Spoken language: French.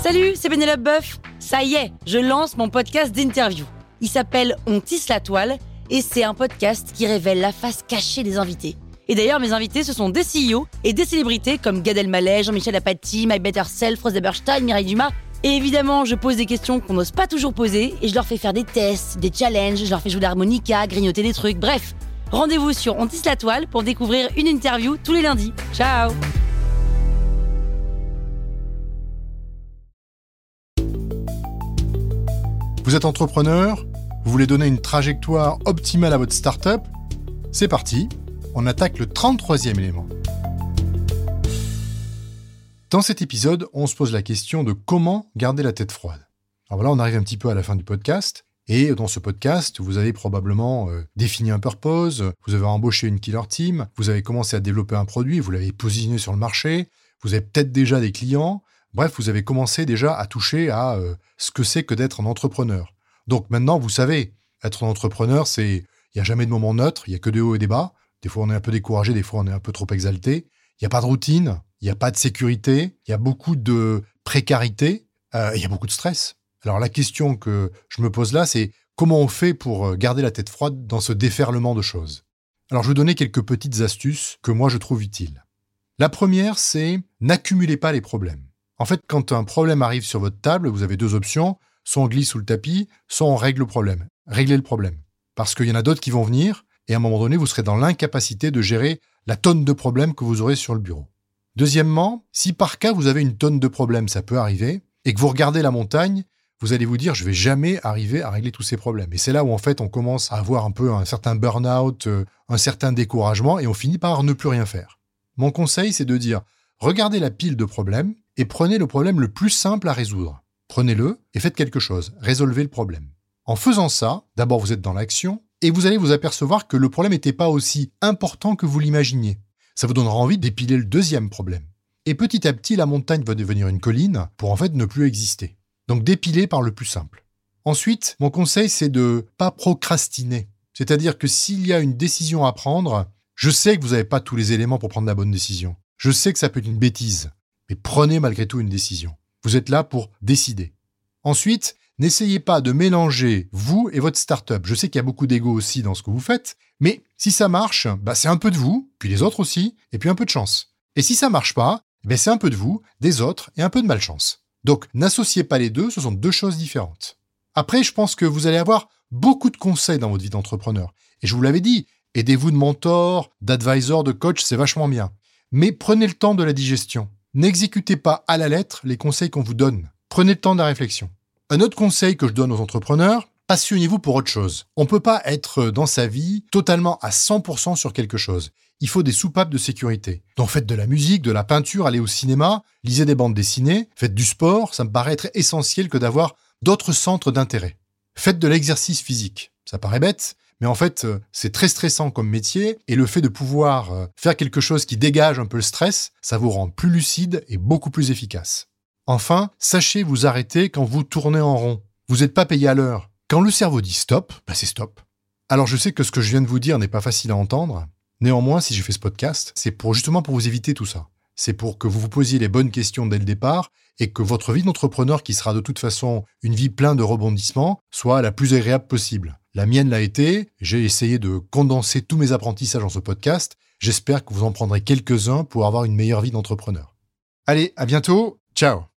Salut, c'est Pénélope Boeuf. Ça y est, je lance mon podcast d'interview. Il s'appelle On tisse la toile et c'est un podcast qui révèle la face cachée des invités. Et d'ailleurs, mes invités, ce sont des CEO et des célébrités comme Gad Elmaleh, Jean-Michel Apathy, My Better Self, Rose Eberstein, Mireille Dumas. Et évidemment, je pose des questions qu'on n'ose pas toujours poser et je leur fais faire des tests, des challenges, je leur fais jouer l'harmonica, grignoter des trucs, bref. Rendez-vous sur On tisse la toile pour découvrir une interview tous les lundis. Ciao! Vous êtes entrepreneur, vous voulez donner une trajectoire optimale à votre start-up? C'est parti, on attaque le 33e élément. Dans cet épisode, on se pose la question de comment garder la tête froide. Alors voilà, on arrive un petit peu à la fin du podcast, et dans ce podcast, vous avez probablement défini un purpose, vous avez embauché une killer team, vous avez commencé à développer un produit, vous l'avez positionné sur le marché, vous avez peut-être déjà des clients. Bref, vous avez commencé déjà à toucher à ce que c'est que d'être un entrepreneur. Donc maintenant, vous savez, être un entrepreneur, il n'y a jamais de moment neutre, il n'y a que des hauts et des bas. Des fois, on est un peu découragé, des fois, on est un peu trop exalté. Il n'y a pas de routine, il n'y a pas de sécurité, il y a beaucoup de précarité, il y a beaucoup de stress. Alors la question que je me pose là, c'est comment on fait pour garder la tête froide dans ce déferlement de choses? Alors je vais vous donner quelques petites astuces que moi je trouve utiles. La première, c'est n'accumulez pas les problèmes. En fait, quand un problème arrive sur votre table, vous avez deux options. Soit on glisse sous le tapis, soit on règle le problème. Réglez le problème. Parce qu'il y en a d'autres qui vont venir, et à un moment donné, vous serez dans l'incapacité de gérer la tonne de problèmes que vous aurez sur le bureau. Deuxièmement, si par cas vous avez une tonne de problèmes, ça peut arriver, et que vous regardez la montagne, vous allez vous dire, je vais jamais arriver à régler tous ces problèmes. Et c'est là où, en fait, on commence à avoir un peu un certain burn-out, un certain découragement, et on finit par ne plus rien faire. Mon conseil, c'est de dire, regardez la pile de problèmes, et prenez le problème le plus simple à résoudre. Prenez-le et faites quelque chose. Résolvez le problème. En faisant ça, d'abord vous êtes dans l'action et vous allez vous apercevoir que le problème n'était pas aussi important que vous l'imaginiez. Ça vous donnera envie d'épiler le deuxième problème. Et petit à petit, la montagne va devenir une colline pour en fait ne plus exister. Donc dépiler par le plus simple. Ensuite, mon conseil, c'est de pas procrastiner. C'est-à-dire que s'il y a une décision à prendre, je sais que vous n'avez pas tous les éléments pour prendre la bonne décision. Je sais que ça peut être une bêtise. Mais prenez malgré tout une décision. Vous êtes là pour décider. Ensuite, n'essayez pas de mélanger vous et votre start-up. Je sais qu'il y a beaucoup d'ego aussi dans ce que vous faites, mais si ça marche, c'est un peu de vous, puis les autres aussi, et puis un peu de chance. Et si ça marche pas, c'est un peu de vous, des autres, et un peu de malchance. Donc, n'associez pas les deux, ce sont deux choses différentes. Après, je pense que vous allez avoir beaucoup de conseils dans votre vie d'entrepreneur. Et je vous l'avais dit, aidez-vous de mentors, d'advisors, de coachs, c'est vachement bien. Mais prenez le temps de la digestion. N'exécutez pas à la lettre les conseils qu'on vous donne. Prenez le temps de la réflexion. Un autre conseil que je donne aux entrepreneurs, passionnez-vous pour autre chose. On ne peut pas être dans sa vie totalement à 100% sur quelque chose. Il faut des soupapes de sécurité. Donc faites de la musique, de la peinture, allez au cinéma, lisez des bandes dessinées, faites du sport, ça me paraît être essentiel que d'avoir d'autres centres d'intérêt. Faites de l'exercice physique. Ça paraît bête, mais en fait, c'est très stressant comme métier et le fait de pouvoir faire quelque chose qui dégage un peu le stress, ça vous rend plus lucide et beaucoup plus efficace. Enfin, sachez vous arrêter quand vous tournez en rond. Vous n'êtes pas payé à l'heure. Quand le cerveau dit stop, c'est stop. Alors je sais que ce que je viens de vous dire n'est pas facile à entendre. Néanmoins, si j'ai fait ce podcast, c'est justement pour vous éviter tout ça. C'est pour que vous vous posiez les bonnes questions dès le départ et que votre vie d'entrepreneur, qui sera de toute façon une vie pleine de rebondissements, soit la plus agréable possible. La mienne l'a été, j'ai essayé de condenser tous mes apprentissages dans ce podcast. J'espère que vous en prendrez quelques-uns pour avoir une meilleure vie d'entrepreneur. Allez, à bientôt, ciao!